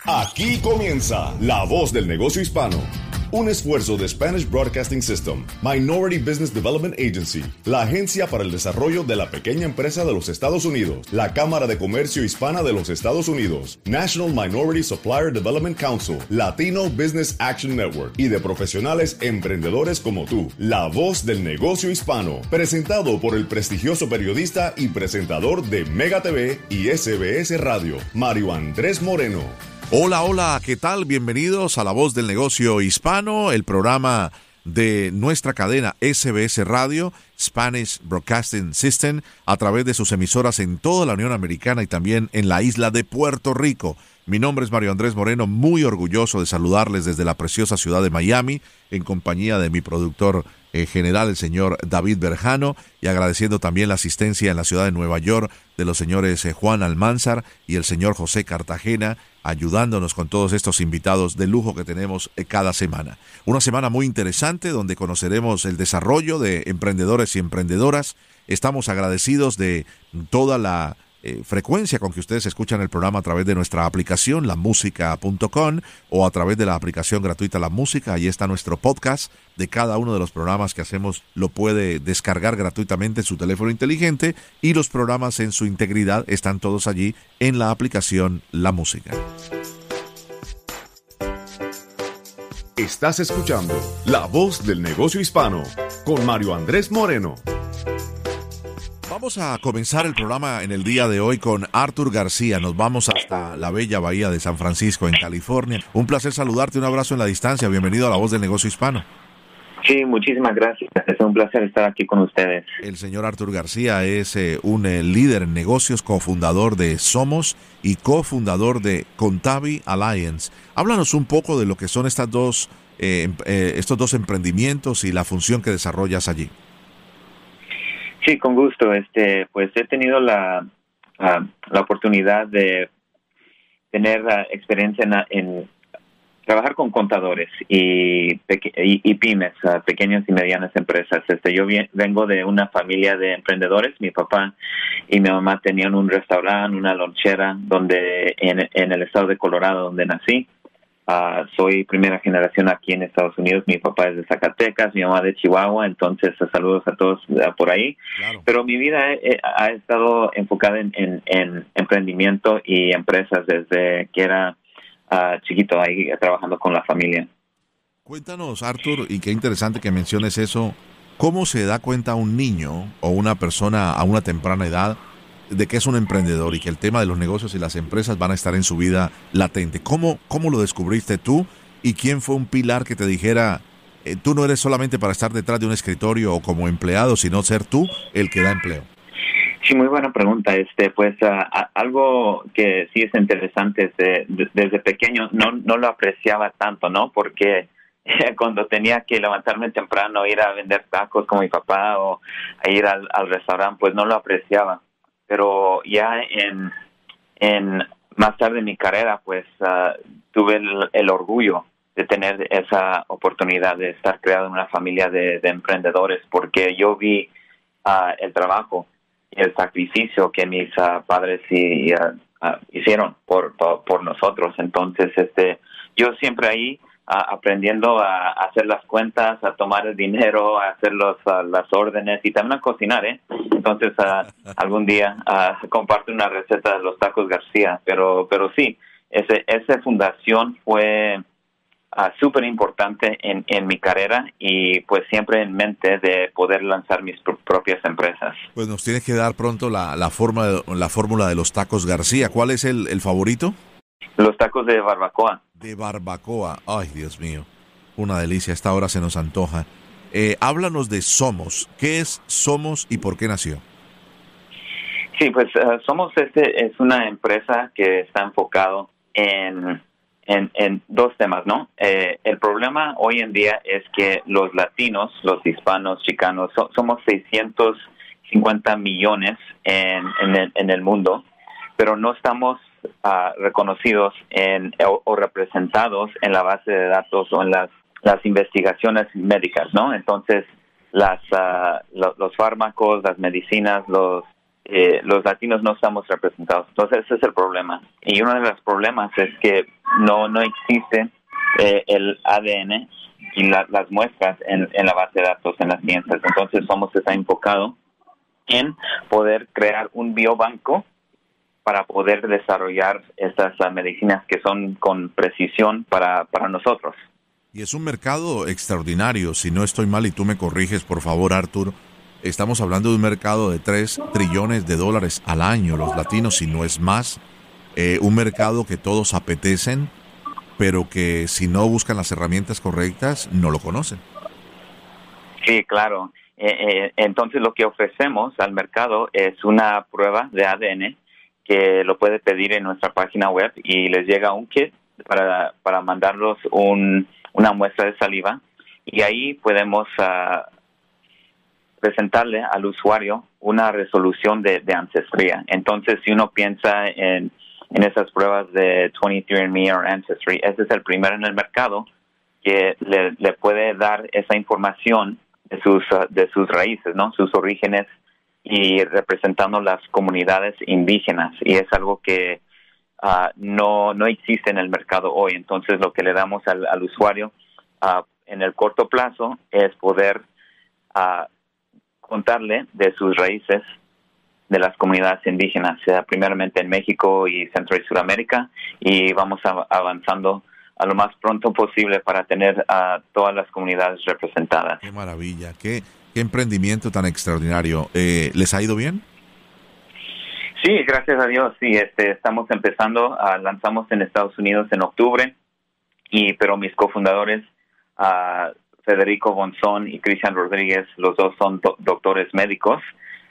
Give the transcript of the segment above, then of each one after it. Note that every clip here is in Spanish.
Aquí comienza La Voz del Negocio Hispano, un esfuerzo de Spanish Broadcasting System, Minority Business Development Agency, la agencia para el desarrollo de la pequeña empresa de los Estados Unidos, la Cámara de Comercio Hispana de los Estados Unidos, National Minority Supplier Development Council, Latino Business Action Network y de profesionales emprendedores como tú. La Voz del Negocio Hispano, presentado por el prestigioso periodista y presentador de Mega TV y SBS Radio, Mario Andrés Moreno. Hola, ¿qué tal? Bienvenidos a La Voz del Negocio Hispano, el programa de nuestra cadena SBS Radio, Spanish Broadcasting System, a través de sus emisoras en toda la Unión Americana y también en la isla de Puerto Rico. Mi nombre es Mario Andrés Moreno, muy orgulloso de saludarles desde la preciosa ciudad de Miami, en compañía de mi productor general, el señor David Berjano, y agradeciendo también la asistencia en la ciudad de Nueva York de los señores Juan Almanzar y el señor José Cartagena, ayudándonos con todos estos invitados de lujo que tenemos cada semana. Una semana muy interesante donde conoceremos el desarrollo de emprendedores y emprendedoras. Estamos agradecidos de toda la frecuencia con que ustedes escuchan el programa a través de nuestra aplicación, lamusica.com, o a través de la aplicación gratuita La Música. Ahí está nuestro podcast de cada uno de los programas que hacemos. Lo puede descargar gratuitamente en su teléfono inteligente y los programas en su integridad están todos allí en la aplicación La Música. Estás escuchando La Voz del Negocio Hispano con Mario Andrés Moreno. Vamos a comenzar el programa en el día de hoy con Arthur García. Nos vamos hasta la bella bahía de San Francisco, en California. Un placer saludarte, un abrazo en la distancia. Bienvenido a La Voz del Negocio Hispano. Sí, muchísimas gracias. Es un placer estar aquí con ustedes. El señor Arthur García es un líder en negocios, cofundador de Somos y cofundador de Contavi Alliance. Háblanos un poco de lo que son estos dos emprendimientos y la función que desarrollas allí. Sí, con gusto. Pues he tenido la oportunidad de tener experiencia en trabajar con contadores y pymes, pequeñas y medianas empresas. Yo vengo de una familia de emprendedores. Mi papá y mi mamá tenían un restaurante, una lonchera, donde en el estado de Colorado, donde nací. Soy primera generación aquí en Estados Unidos. Mi papá es de Zacatecas, mi mamá de Chihuahua, entonces saludos a todos por ahí. Claro. Pero mi vida ha estado enfocada en emprendimiento y empresas desde que era chiquito, ahí trabajando con la familia. Cuéntanos, Arthur, y qué interesante que menciones eso. ¿Cómo se da cuenta un niño o una persona a una temprana edad de que es un emprendedor y que el tema de los negocios y las empresas van a estar en su vida latente? ¿Cómo lo descubriste tú y quién fue un pilar que te dijera, tú no eres solamente para estar detrás de un escritorio o como empleado, sino ser tú el que da empleo? Sí, muy buena pregunta. Pues algo que sí es interesante desde pequeño no lo apreciaba tanto, ¿no? Porque cuando tenía que levantarme temprano, ir a vender tacos con mi papá o a ir al restaurante, pues no lo apreciaba. Pero ya en más tarde en mi carrera, pues tuve el orgullo de tener esa oportunidad de estar creado en una familia de emprendedores, porque yo vi el trabajo y el sacrificio que mis padres hicieron por nosotros. Entonces, yo siempre ahí aprendiendo a hacer las cuentas, a tomar el dinero, a hacer las órdenes y también a cocinar, Entonces, algún día comparto una receta de los tacos García, pero sí, esa fundación fue súper importante en mi carrera y pues siempre en mente de poder lanzar mis propias empresas. Pues nos tienes que dar pronto la fórmula de los tacos García. ¿Cuál es el favorito? Los tacos de barbacoa. De barbacoa. Ay, Dios mío. Una delicia. A esta hora se nos antoja. Háblanos de Somos. ¿Qué es Somos y por qué nació? Sí, pues Somos es una empresa que está enfocado en dos temas, ¿no? El problema hoy en día es que los latinos, los hispanos, chicanos, somos 650 millones en el mundo, pero no estamos reconocidos o representados en la base de datos o en las investigaciones médicas, ¿no? Entonces, los fármacos, las medicinas, los latinos no estamos representados. Entonces, ese es el problema. Y uno de los problemas es que no existe el ADN y las muestras en la base de datos en las ciencias. Entonces está enfocado en poder crear un biobanco para poder desarrollar estas medicinas que son con precisión para nosotros. Y es un mercado extraordinario, si no estoy mal y tú me corriges, por favor, Arthur. Estamos hablando de un mercado de $3 trillones al año, los latinos, si no es más. Un mercado que todos apetecen, pero que si no buscan las herramientas correctas, no lo conocen. Sí, claro. Entonces lo que ofrecemos al mercado es una prueba de ADN que lo puede pedir en nuestra página web y les llega un kit para mandarlos una muestra de saliva, y ahí podemos presentarle al usuario una resolución de ancestría. Entonces, si uno piensa en esas pruebas de 23andMe o Ancestry, ese es el primero en el mercado que le puede dar esa información de sus raíces, ¿no? Sus orígenes, y representando las comunidades indígenas, y es algo que no existe en el mercado hoy. Entonces lo que le damos al usuario en el corto plazo es poder contarle de sus raíces de las comunidades indígenas, primeramente en México y Centro y Sudamérica, y vamos avanzando a lo más pronto posible para tener a todas las comunidades representadas. Qué maravilla, qué emprendimiento tan extraordinario. ¿Les ha ido bien? Sí, gracias a Dios. Sí, estamos empezando, lanzamos en Estados Unidos en octubre, pero mis cofundadores, Federico Bonzón y Cristian Rodríguez, los dos son doctores médicos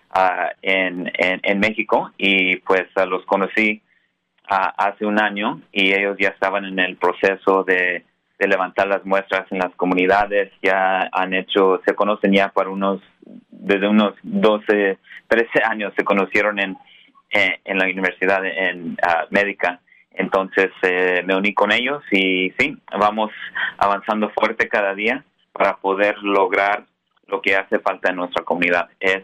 en México, y pues los conocí hace un año, y ellos ya estaban en el proceso de levantar las muestras en las comunidades. Ya se conocen ya desde unos 12, 13 años, se conocieron en la universidad médica. Entonces me uní con ellos, y sí, vamos avanzando fuerte cada día para poder lograr lo que hace falta en nuestra comunidad. Es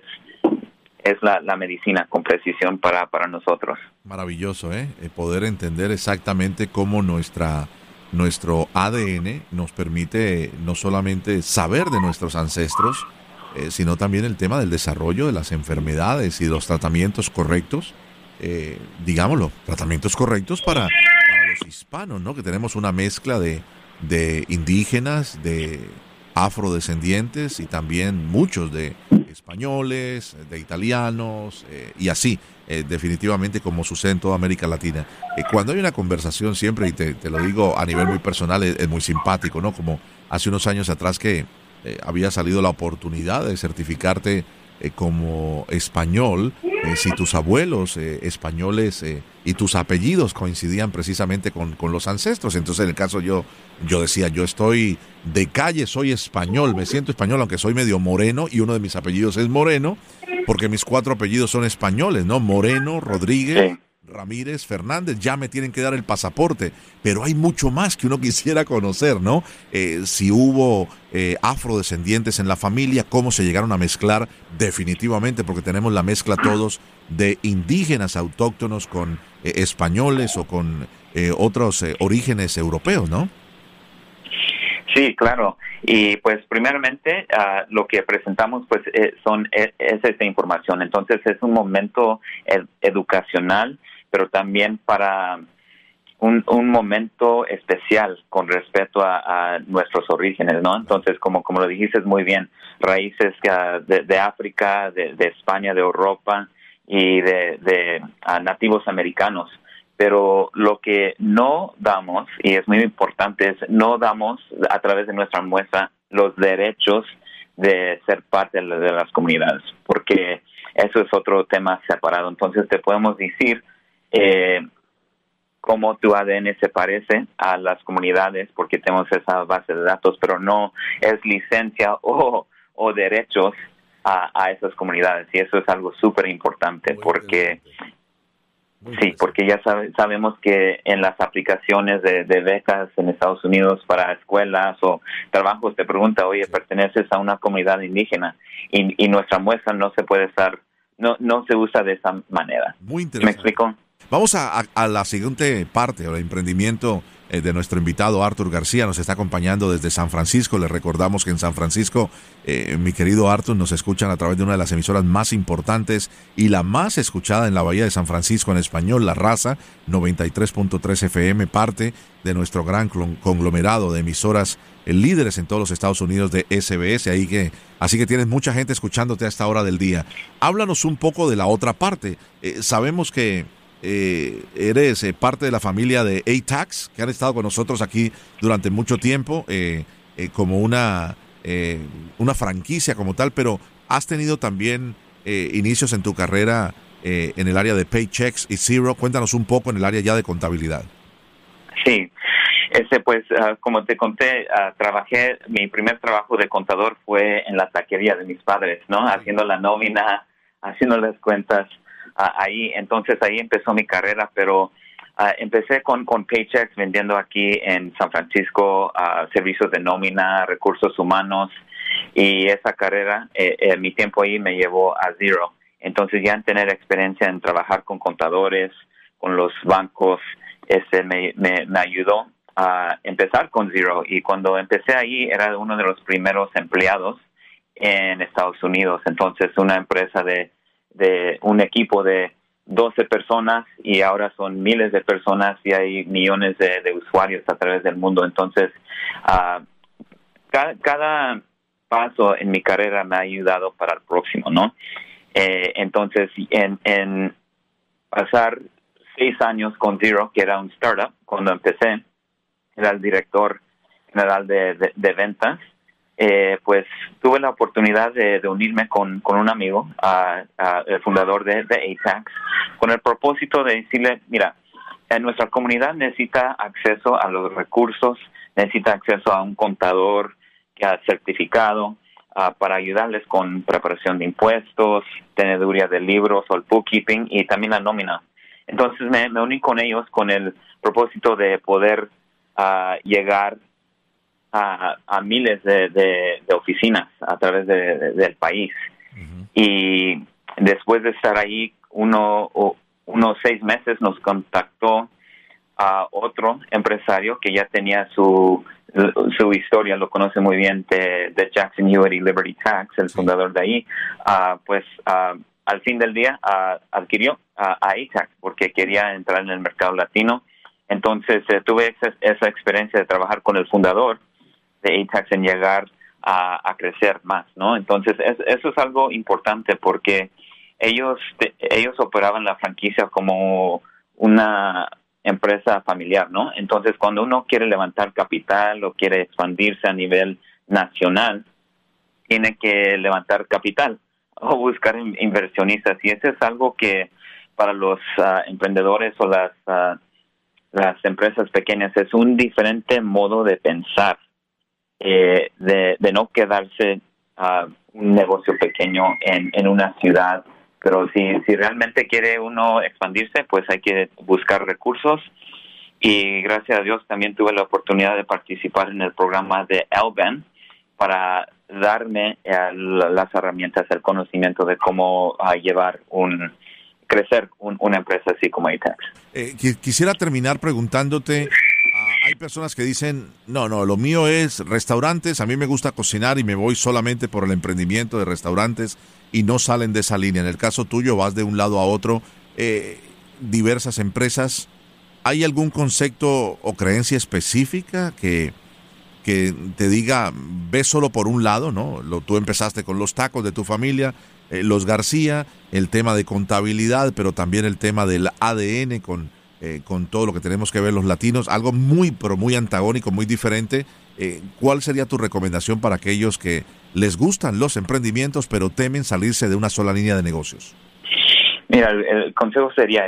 la medicina con precisión para nosotros. Maravilloso, poder entender exactamente cómo nuestro ADN nos permite no solamente saber de nuestros ancestros, sino también el tema del desarrollo de las enfermedades y los tratamientos correctos, tratamientos correctos para los hispanos, ¿no? Que tenemos una mezcla de indígenas, de afrodescendientes, y también muchos de españoles, de italianos, y así, definitivamente, como sucede en toda América Latina. Cuando hay una conversación siempre, y te lo digo a nivel muy personal, es muy simpático, ¿no? Como hace unos años atrás que había salido la oportunidad de certificarte como español, si tus abuelos españoles y tus apellidos coincidían precisamente con los ancestros. Entonces, en el caso yo decía, yo estoy de calle, soy español, me siento español, aunque soy medio moreno, y uno de mis apellidos es Moreno, porque mis 4 apellidos son españoles, ¿no? Moreno, Rodríguez, sí, Ramírez, Fernández. Ya me tienen que dar el pasaporte, pero hay mucho más que uno quisiera conocer, ¿no? Si hubo afrodescendientes en la familia, cómo se llegaron a mezclar, definitivamente, porque tenemos la mezcla todos de indígenas autóctonos con españoles o con otros orígenes europeos, ¿no? Sí, claro. Y pues primeramente lo que presentamos pues es esta información. Entonces es un momento educacional, pero también para un momento especial con respecto a nuestros orígenes, ¿no? Entonces, como lo dijiste muy bien, raíces de África, de España, de Europa y de nativos americanos. Pero lo que no damos, y es muy importante, es no damos a través de nuestra muestra los derechos de ser parte de las comunidades, porque eso es otro tema separado. Entonces te podemos decir cómo tu ADN se parece a las comunidades, porque tenemos esa base de datos, pero no es licencia o derechos a esas comunidades, y eso es algo súper importante, porque... Sí, porque ya sabemos que en las aplicaciones de becas en Estados Unidos para escuelas o trabajos te pregunta, oye, ¿perteneces a una comunidad indígena? Y nuestra muestra no se puede no se usa de esa manera. Muy interesante. ¿Me explico? Vamos a la siguiente parte, el emprendimiento de nuestro invitado Arthur García. Nos está acompañando desde San Francisco. Les recordamos que en San Francisco, mi querido Arthur, nos escuchan a través de una de las emisoras más importantes y la más escuchada en la Bahía de San Francisco en español, La Raza, 93.3 FM, parte de nuestro gran conglomerado de emisoras líderes en todos los Estados Unidos de SBS. Así que tienes mucha gente escuchándote a esta hora del día. Háblanos un poco de la otra parte. Sabemos que eres parte de la familia de ATAX, que han estado con nosotros aquí durante mucho tiempo, como una franquicia como tal, pero has tenido también inicios en tu carrera en el área de Paychex y Xero. Cuéntanos un poco en el área ya de contabilidad. Sí, como te conté, mi primer trabajo de contador fue en la taquería de mis padres, ¿no? Haciendo la nómina, haciendo las cuentas. Ahí empezó mi carrera, pero empecé con Paychex vendiendo aquí en San Francisco servicios de nómina, recursos humanos, y esa carrera, mi tiempo ahí me llevó a Xero. Entonces ya en tener experiencia en trabajar con contadores, con los bancos, me ayudó a empezar con Xero, y cuando empecé ahí era uno de los primeros empleados en Estados Unidos. Entonces una empresa de un equipo de 12 personas, y ahora son miles de personas y hay millones de usuarios a través del mundo. Entonces, cada paso en mi carrera me ha ayudado para el próximo, ¿no? Entonces, en pasar 6 años con Xero, que era un startup, cuando empecé, era el director general de ventas. Pues tuve la oportunidad de unirme con un amigo, el fundador de ATAX, con el propósito de decirle, mira, nuestra comunidad necesita acceso a los recursos, necesita acceso a un contador que ha certificado para ayudarles con preparación de impuestos, teneduría de libros o el bookkeeping, y también la nómina. Entonces me uní con ellos con el propósito de poder llegar a miles de oficinas a través del país. Uh-huh. Y después de estar ahí unos 6 meses, nos contactó a otro empresario que ya tenía su historia, lo conoce muy bien, de Jackson Hewitt y Liberty Tax, el fundador de ahí. Al fin del día adquirió a ATAX porque quería entrar en el mercado latino. Entonces tuve esa experiencia de trabajar con el fundador de ATAX en llegar a crecer más, ¿no? Entonces eso es algo importante porque ellos operaban la franquicia como una empresa familiar, ¿no? Entonces cuando uno quiere levantar capital o quiere expandirse a nivel nacional, tiene que levantar capital o buscar inversionistas, y eso es algo que para los emprendedores o las empresas pequeñas es un diferente modo de pensar. De no quedarse un negocio pequeño en una ciudad, pero si realmente quiere uno expandirse, pues hay que buscar recursos, y gracias a Dios también tuve la oportunidad de participar en el programa de LBAN para darme las herramientas, el conocimiento de cómo crecer una empresa así como ATAX. Quisiera terminar preguntándote. Hay personas que dicen, no, lo mío es restaurantes, a mí me gusta cocinar y me voy solamente por el emprendimiento de restaurantes, y no salen de esa línea. En el caso tuyo vas de un lado a otro, diversas empresas. ¿Hay algún concepto o creencia específica que te diga, ves solo por un lado, ¿no? Tú empezaste con los tacos de tu familia, los García, el tema de contabilidad, pero también el tema del ADN con todo lo que tenemos que ver los latinos, algo pero muy antagónico, muy diferente. ¿Cuál sería tu recomendación para aquellos que les gustan los emprendimientos pero temen salirse de una sola línea de negocios? Mira, el consejo sería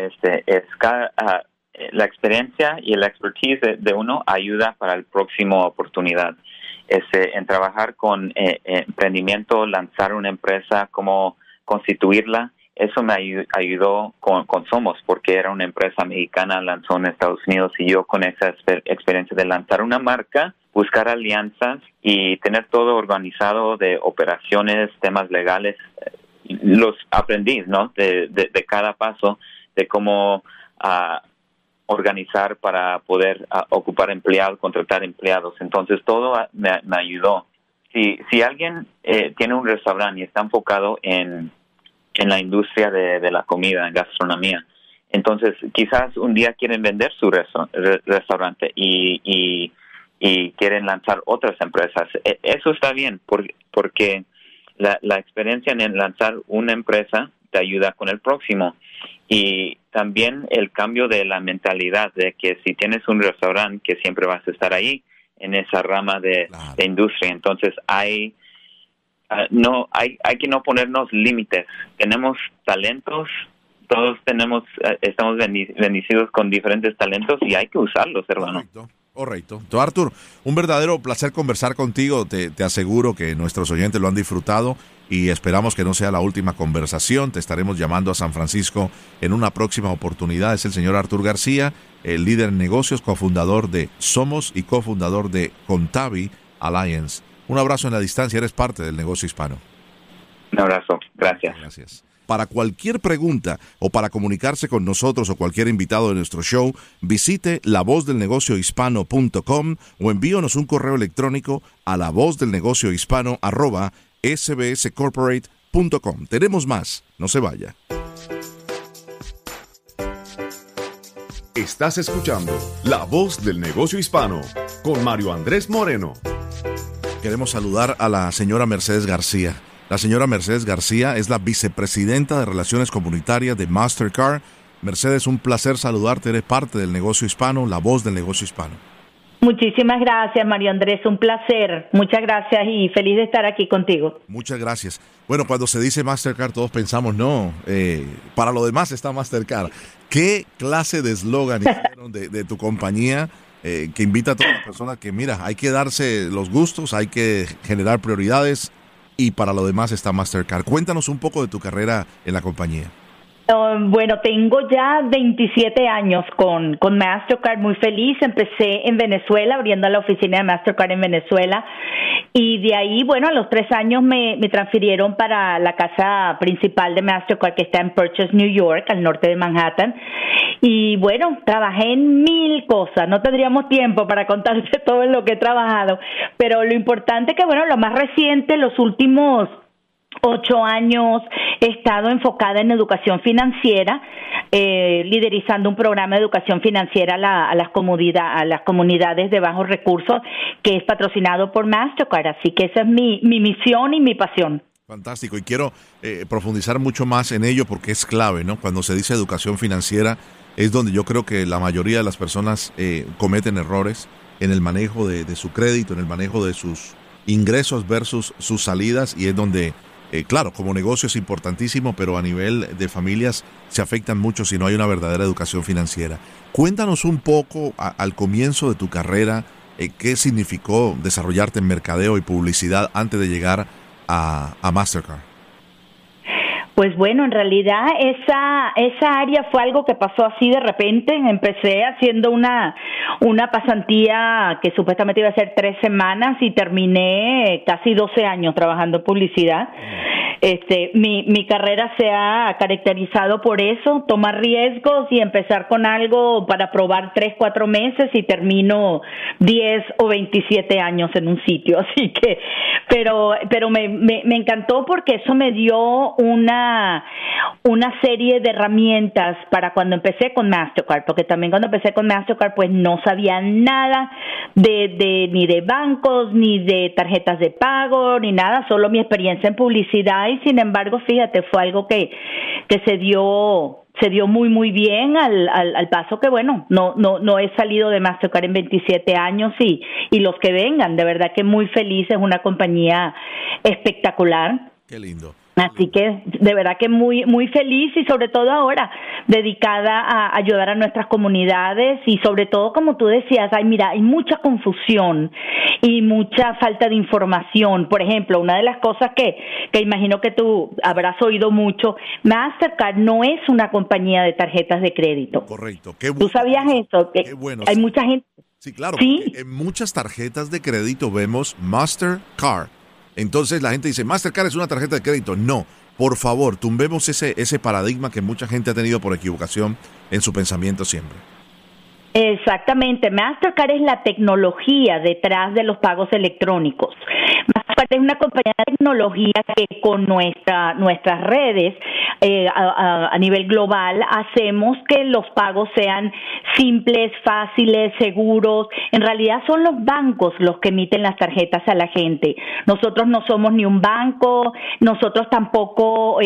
la experiencia y la expertise de uno ayuda para la próxima oportunidad. En trabajar con emprendimiento, lanzar una empresa, cómo constituirla. Eso me ayudó con Somos, porque era una empresa mexicana, lanzó en Estados Unidos, y yo con esa experiencia de lanzar una marca, buscar alianzas y tener todo organizado de operaciones, temas legales, los aprendí, ¿no? De cada paso, de cómo organizar para poder ocupar empleados, contratar empleados. Entonces todo me ayudó. Si alguien tiene un restaurante y está enfocado en la industria de la comida, en gastronomía, entonces quizás un día quieren vender su restaurante y quieren lanzar otras empresas. Eso está bien porque la experiencia en lanzar una empresa te ayuda con el próximo. Y también el cambio de la mentalidad de que si tienes un restaurante que siempre vas a estar ahí en esa rama de industria. Entonces hay que no ponernos límites. Tenemos talentos, todos estamos bendecidos con diferentes talentos y hay que usarlos, hermano. Correcto. Arthur, un verdadero placer conversar contigo. Te aseguro que nuestros oyentes lo han disfrutado y esperamos que no sea la última conversación. Te estaremos llamando a San Francisco en una próxima oportunidad. Es el señor Arthur García, el líder en negocios, cofundador de Somos y cofundador de Contavi Alliance. Un abrazo en la distancia. Eres parte del negocio hispano. Un abrazo. Gracias. Gracias. Para cualquier pregunta o para comunicarse con nosotros o cualquier invitado de nuestro show, visite lavozdelnegociohispano.com o envíonos un correo electrónico a lavozdelnegociohispano@sbscorporate.com. Tenemos más, no se vaya. Estás escuchando La Voz del Negocio Hispano con Mario Andrés Moreno. Queremos saludar a la señora Mercedes García. La señora Mercedes García es la vicepresidenta de Relaciones Comunitarias de Mastercard. Mercedes, un placer saludarte. Eres parte del negocio hispano, la voz del negocio hispano. Muchísimas gracias, Mario Andrés. Un placer. Muchas gracias y feliz de estar aquí contigo. Muchas gracias. Bueno, cuando se dice Mastercard, todos pensamos, para lo demás está Mastercard. ¿Qué clase de eslogan hicieron de tu compañía que invita a todas las personas que, mira, hay que darse los gustos, hay que generar prioridades? Y para lo demás está Mastercard. Cuéntanos un poco de tu carrera en la compañía. Bueno, tengo ya 27 años con Mastercard, muy feliz. Empecé en Venezuela, abriendo la oficina de Mastercard en Venezuela. Y de ahí, bueno, a los 3 años me transfirieron para la casa principal de Mastercard, que está en Purchase, New York, al norte de Manhattan. Y bueno, trabajé en 1000 cosas. No tendríamos tiempo para contarte todo en lo que he trabajado. Pero lo importante es que, bueno, lo más reciente, los últimos 8 años he estado enfocada en educación financiera, liderizando un programa de educación financiera a las comunidades de bajos recursos que es patrocinado por Mastercard. Así que esa es mi misión y mi pasión. Fantástico. Y quiero profundizar mucho más en ello porque es clave, ¿no? Cuando se dice educación financiera es donde yo creo que la mayoría de las personas cometen errores en el manejo de su crédito, en el manejo de sus ingresos versus sus salidas, y es donde claro, como negocio es importantísimo, pero a nivel de familias se afectan mucho si no hay una verdadera educación financiera. Cuéntanos un poco al comienzo de tu carrera, qué significó desarrollarte en mercadeo y publicidad antes de llegar a Mastercard. Pues bueno, en realidad esa área fue algo que pasó así de repente. Empecé haciendo una pasantía que supuestamente iba a ser 3 semanas y terminé casi 12 años trabajando en publicidad. Mi carrera se ha caracterizado por eso, tomar riesgos y empezar con algo para probar 3, 4 meses y termino 10 o 27 años en un sitio. Así que, pero me encantó porque eso me dio una serie de herramientas para cuando empecé con Mastercard, porque también cuando empecé con Mastercard pues no sabía nada ni de bancos, ni de tarjetas de pago, ni nada, solo mi experiencia en publicidad, y sin embargo, fíjate, fue algo que se dio muy muy bien al paso que, bueno, no he salido de Mastercard en 27 años y los que vengan, de verdad que muy feliz, es una compañía espectacular. Qué lindo. Así que de verdad que muy muy feliz, y sobre todo ahora dedicada a ayudar a nuestras comunidades, y sobre todo, como tú decías, hay mucha confusión y mucha falta de información. Por ejemplo, una de las cosas que imagino que tú habrás oído mucho, Mastercard no es una compañía de tarjetas de crédito. Correcto. Qué bueno. ¿Tú sabías eso? Qué bueno. Hay mucha gente. Sí, claro. ¿Sí? En muchas tarjetas de crédito vemos Mastercard. Entonces la gente dice, Mastercard es una tarjeta de crédito. No, por favor, tumbemos ese paradigma que mucha gente ha tenido por equivocación en su pensamiento siempre. Exactamente. Mastercard es la tecnología detrás de los pagos electrónicos. Mastercard es una compañía de tecnología que con nuestras redes a nivel global hacemos que los pagos sean simples, fáciles, seguros. En realidad son los bancos los que emiten las tarjetas a la gente. Nosotros no somos ni un banco, nosotros tampoco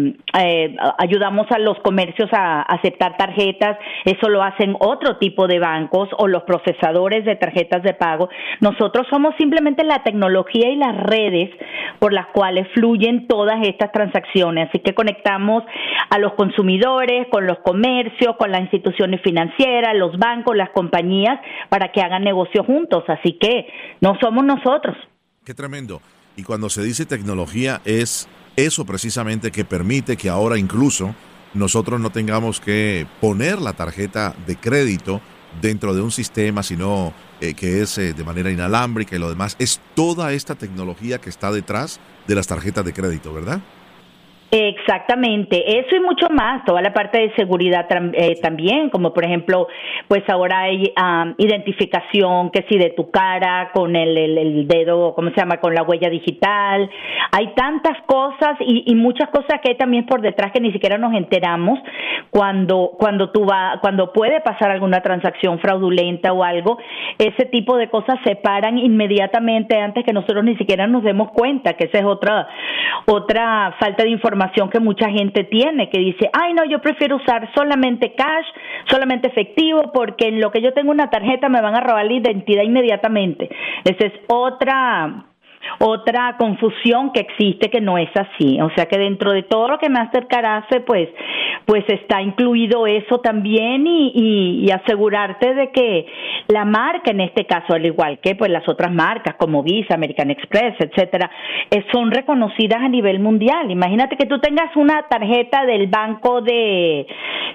ayudamos a los comercios a aceptar tarjetas. Eso lo hacen otro tipo de bancos o los procesadores de tarjetas de pago. Nosotros somos simplemente la tecnología y las redes por las cuales fluyen todas estas transacciones. Así que conectamos a los consumidores con los comercios, con las instituciones financieras, los bancos, las compañías, para que hagan negocios juntos. Así que no somos nosotros. Qué tremendo. Y cuando se dice tecnología, es eso precisamente que permite que ahora incluso nosotros no tengamos que poner la tarjeta de crédito dentro de un sistema, sino que es de manera inalámbrica y lo demás. Es toda esta tecnología que está detrás de las tarjetas de crédito, ¿verdad? Exactamente, eso y mucho más, toda la parte de seguridad también, como por ejemplo, pues ahora hay identificación, que si de tu cara, con el dedo, ¿cómo se llama?, con la huella digital. Hay tantas cosas y muchas cosas que hay también por detrás que ni siquiera nos enteramos cuando puede pasar alguna transacción fraudulenta o algo. Ese tipo de cosas se paran inmediatamente antes que nosotros ni siquiera nos demos cuenta, que esa es otra falta de información que mucha gente tiene, que dice, ay no, yo prefiero usar solamente cash, solamente efectivo, porque en lo que yo tengo una tarjeta me van a robar la identidad inmediatamente. Esa es otra confusión que existe, que no es así. O sea que dentro de todo lo que Mastercard hace, pues está incluido eso también y asegurarte de que la marca, en este caso, al igual que pues las otras marcas como Visa, American Express, etcétera, son reconocidas a nivel mundial. Imagínate que tú tengas una tarjeta del banco del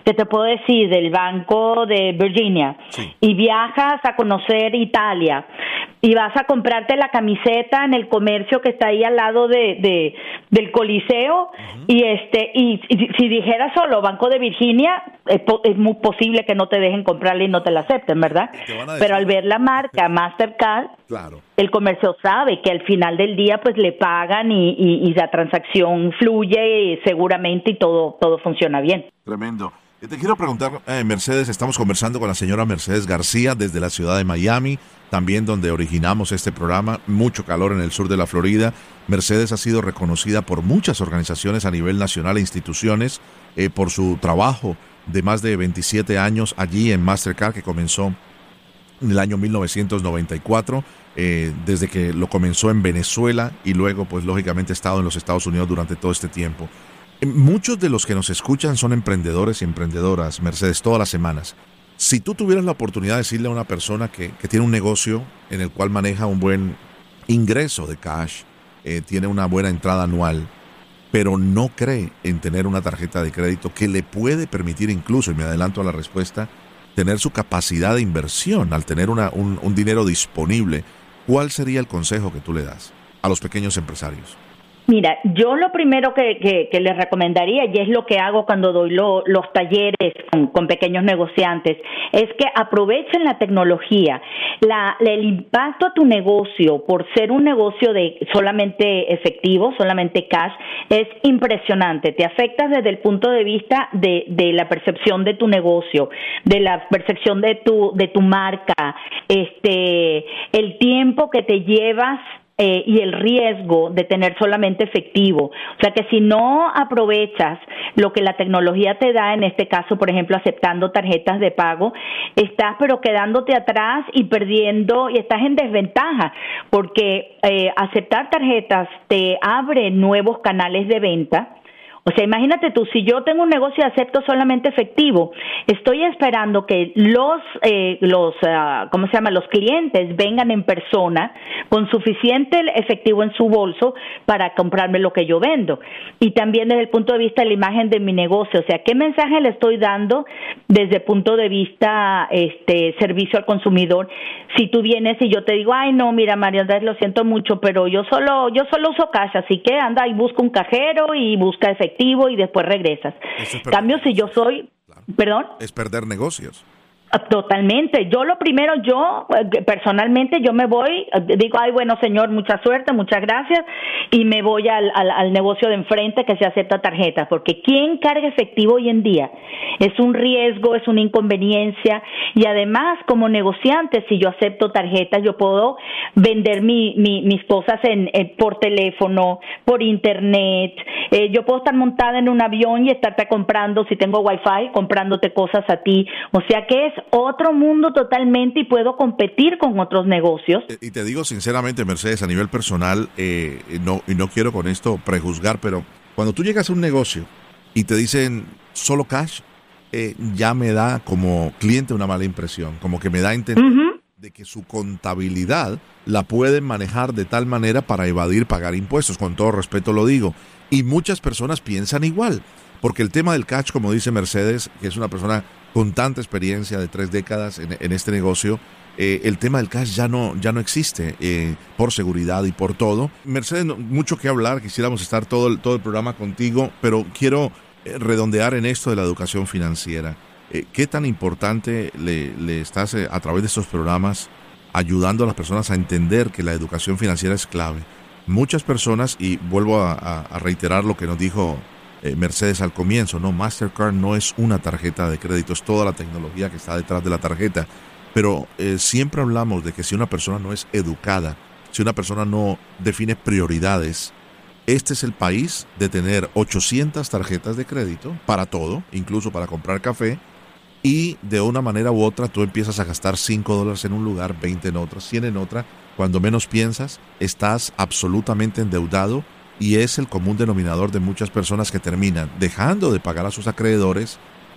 Banco de Virginia, sí, y viajas a conocer Italia y vas a comprarte la camiseta en el comercio que está ahí al lado del Coliseo, uh-huh, y si dijeras solo Banco de Virginia, es muy posible que no te dejen comprarla y no te la acepten, ¿verdad? Pero al ver la marca Mastercard, claro, el comercio sabe que al final del día pues le pagan y la transacción fluye seguramente y todo funciona bien. Tremendo. Te quiero preguntar, Mercedes, estamos conversando con la señora Mercedes García desde la ciudad de Miami, también donde originamos este programa, mucho calor en el sur de la Florida. Mercedes ha sido reconocida por muchas organizaciones a nivel nacional e instituciones por su trabajo de más de 27 años allí en Mastercard, que comenzó en el año 1994, desde que lo comenzó en Venezuela y luego, pues lógicamente, ha estado en los Estados Unidos durante todo este tiempo. Muchos de los que nos escuchan son emprendedores y emprendedoras, Mercedes, todas las semanas. Si tú tuvieras la oportunidad de decirle a una persona que tiene un negocio en el cual maneja un buen ingreso de cash, tiene una buena entrada anual, pero no cree en tener una tarjeta de crédito que le puede permitir incluso, y me adelanto a la respuesta, tener su capacidad de inversión al tener un dinero disponible, ¿cuál sería el consejo que tú le das a los pequeños empresarios? Mira, yo lo primero que les recomendaría, y es lo que hago cuando doy los talleres con pequeños negociantes, es que aprovechen la tecnología. El impacto a tu negocio por ser un negocio de solamente efectivo, solamente cash, es impresionante. Te afecta desde el punto de vista de la percepción de tu negocio, de la percepción de tu marca, el tiempo que te llevas y el riesgo de tener solamente efectivo. O sea que si no aprovechas lo que la tecnología te da, en este caso, por ejemplo, aceptando tarjetas de pago, estás pero quedándote atrás y perdiendo, y estás en desventaja, porque aceptar tarjetas te abre nuevos canales de venta. O sea, imagínate tú, si yo tengo un negocio y acepto solamente efectivo, estoy esperando que los clientes vengan en persona con suficiente efectivo en su bolso para comprarme lo que yo vendo. Y también desde el punto de vista de la imagen de mi negocio, o sea, ¿qué mensaje le estoy dando desde el punto de vista servicio al consumidor? Si tú vienes y yo te digo, ay no, mira María Andrés, lo siento mucho, pero yo solo uso cash, así que anda y busca un cajero y busca efectivo y después regresas. Cambio, si yo soy... Claro. ¿Perdón? Es perder negocios. Totalmente. Yo personalmente, yo me voy, digo, ay, bueno, señor, mucha suerte, muchas gracias, y me voy al negocio de enfrente que se acepta tarjetas, porque ¿quién carga efectivo hoy en día? Es un riesgo, es una inconveniencia, y además, como negociante, si yo acepto tarjetas, yo puedo vender mis cosas por teléfono, por internet, yo puedo estar montada en un avión y estarte comprando, si tengo wifi, comprándote cosas a ti, o sea que es otro mundo totalmente y puedo competir con otros negocios. Y te digo sinceramente, Mercedes, a nivel personal, no quiero con esto prejuzgar, pero cuando tú llegas a un negocio y te dicen solo cash, ya me da como cliente una mala impresión, como que me da a entender de que su contabilidad la pueden manejar de tal manera para evadir pagar impuestos, con todo respeto lo digo. Y muchas personas piensan igual, porque el tema del cash, como dice Mercedes, que es una persona con tanta experiencia de 3 décadas en este negocio, el tema del cash ya no existe por seguridad y por todo. Mercedes, mucho que hablar, quisiéramos estar todo el programa contigo, pero quiero redondear en esto de la educación financiera. ¿Qué tan importante le estás a través de estos programas ayudando a las personas a entender que la educación financiera es clave? Muchas personas, y vuelvo a reiterar lo que nos dijo Mercedes al comienzo, ¿no? Mastercard no es una tarjeta de crédito, es toda la tecnología que está detrás de la tarjeta. Pero siempre hablamos de que si una persona no es educada, si una persona no define prioridades, este es el país de tener 800 tarjetas de crédito para todo, incluso para comprar café, y de una manera u otra tú empiezas a gastar $5 en un lugar, 20 en otra, 100 en otra. Cuando menos piensas, estás absolutamente endeudado. Y es el común denominador de muchas personas que terminan dejando de pagar a sus acreedores,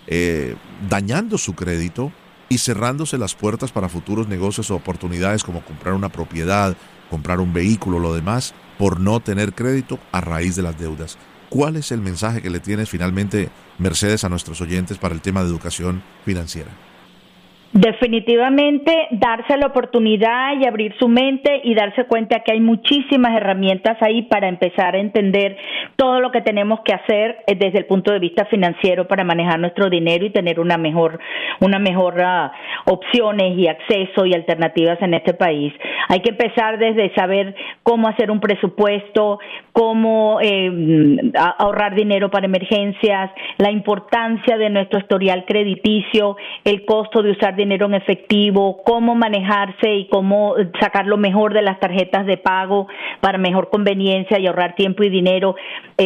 dañando su crédito y cerrándose las puertas para futuros negocios o oportunidades como comprar una propiedad, comprar un vehículo, lo demás, por no tener crédito a raíz de las deudas. ¿Cuál es el mensaje que le tienes finalmente, Mercedes, a nuestros oyentes para el tema de educación financiera? Definitivamente darse la oportunidad y abrir su mente y darse cuenta que hay muchísimas herramientas ahí para empezar a entender todo lo que tenemos que hacer desde el punto de vista financiero para manejar nuestro dinero y tener una mejor opciones y acceso y alternativas en este país. Hay que empezar desde saber cómo hacer un presupuesto, cómo ahorrar dinero para emergencias, la importancia de nuestro historial crediticio, el costo de usar dinero en efectivo, cómo manejarse y cómo sacar lo mejor de las tarjetas de pago para mejor conveniencia y ahorrar tiempo y dinero,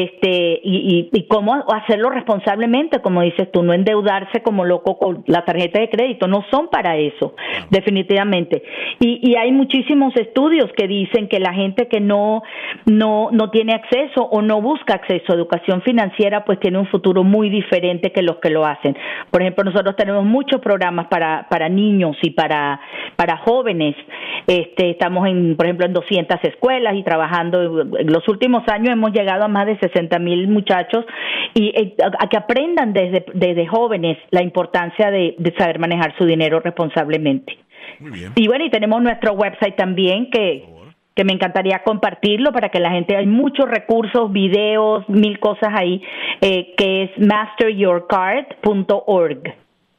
y cómo hacerlo responsablemente, como dices tú, no endeudarse como loco con la tarjeta de crédito, no son para eso, definitivamente. Y hay muchísimos estudios que dicen que la gente que no tiene acceso o no busca acceso a educación financiera, pues tiene un futuro muy diferente que los que lo hacen. Por ejemplo, nosotros tenemos muchos programas para niños y para jóvenes. Estamos por ejemplo, en 200 escuelas y trabajando. En los últimos años hemos llegado a más de 60,000 muchachos y a que aprendan desde jóvenes la importancia de saber manejar su dinero responsablemente. Muy bien. Y bueno, y tenemos nuestro website también que me encantaría compartirlo para que la gente, hay muchos recursos, videos, 1000 cosas ahí, que es masteryourcard.org.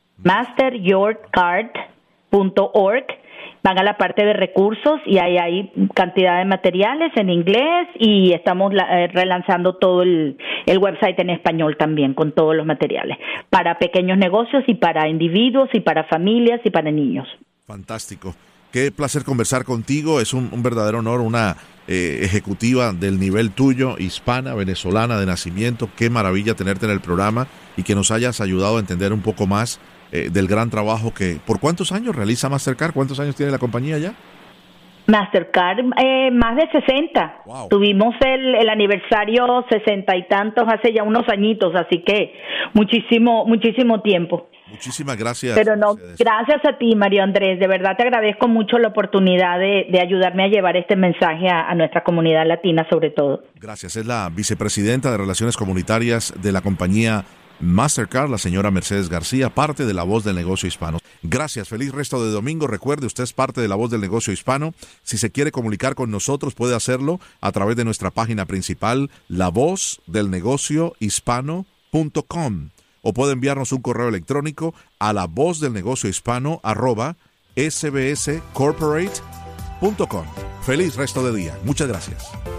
masteryourcard.org. Van a la parte de recursos y ahí hay cantidad de materiales en inglés y estamos relanzando todo el website en español también con todos los materiales para pequeños negocios y para individuos y para familias y para niños. Fantástico. Qué placer conversar contigo. Es un verdadero honor, una ejecutiva del nivel tuyo, hispana, venezolana de nacimiento. Qué maravilla tenerte en el programa y que nos hayas ayudado a entender un poco más del gran trabajo que... ¿Por cuántos años realiza Mastercard? ¿Cuántos años tiene la compañía ya? Mastercard, más de 60. Wow. Tuvimos el aniversario 60 y tantos hace ya unos añitos, así que muchísimo tiempo. Muchísimas gracias. Pero no, gracias a ti, Mario Andrés. De verdad te agradezco mucho la oportunidad de ayudarme a llevar este mensaje a nuestra comunidad latina, sobre todo. Gracias. Es la vicepresidenta de Relaciones Comunitarias de la compañía Mastercard, la señora Mercedes García, parte de La Voz del Negocio Hispano. Gracias, feliz resto de domingo. Recuerde, usted es parte de La Voz del Negocio Hispano. Si se quiere comunicar con nosotros, puede hacerlo a través de nuestra página principal, lavozdelnegociohispano.com. o puede enviarnos un correo electrónico a lavozdelnegociohispano@sbscorporate.com. Feliz resto de día. Muchas gracias.